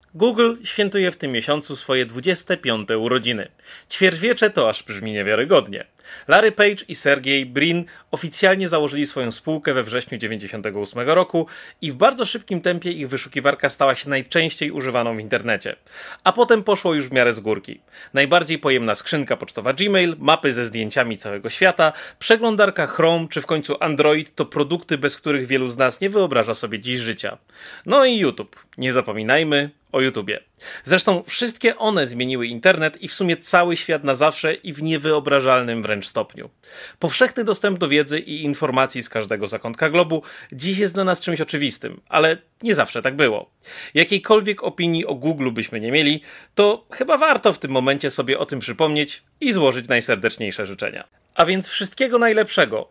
Google świętuje w tym miesiącu swoje 25. urodziny. Ćwierćwiecze to aż brzmi niewiarygodnie. Larry Page i Sergey Brin oficjalnie założyli swoją spółkę we wrześniu 1998 roku i w bardzo szybkim tempie ich wyszukiwarka stała się najczęściej używaną w internecie. A potem poszło już w miarę z górki. Najbardziej pojemna skrzynka pocztowa Gmail, mapy ze zdjęciami całego świata, przeglądarka Chrome czy w końcu Android to produkty, bez których wielu z nas nie wyobraża sobie dziś życia. No i YouTube. Nie zapominajmy o YouTubie. Zresztą wszystkie one zmieniły internet i w sumie cały świat na zawsze i w niewyobrażalnym wręcz stopniu. Powszechny dostęp do wiedzy i informacji z każdego zakątka globu dziś jest dla nas czymś oczywistym, ale nie zawsze tak było. Jakiejkolwiek opinii o Google byśmy nie mieli, to chyba warto w tym momencie sobie o tym przypomnieć i złożyć najserdeczniejsze życzenia. A więc wszystkiego najlepszego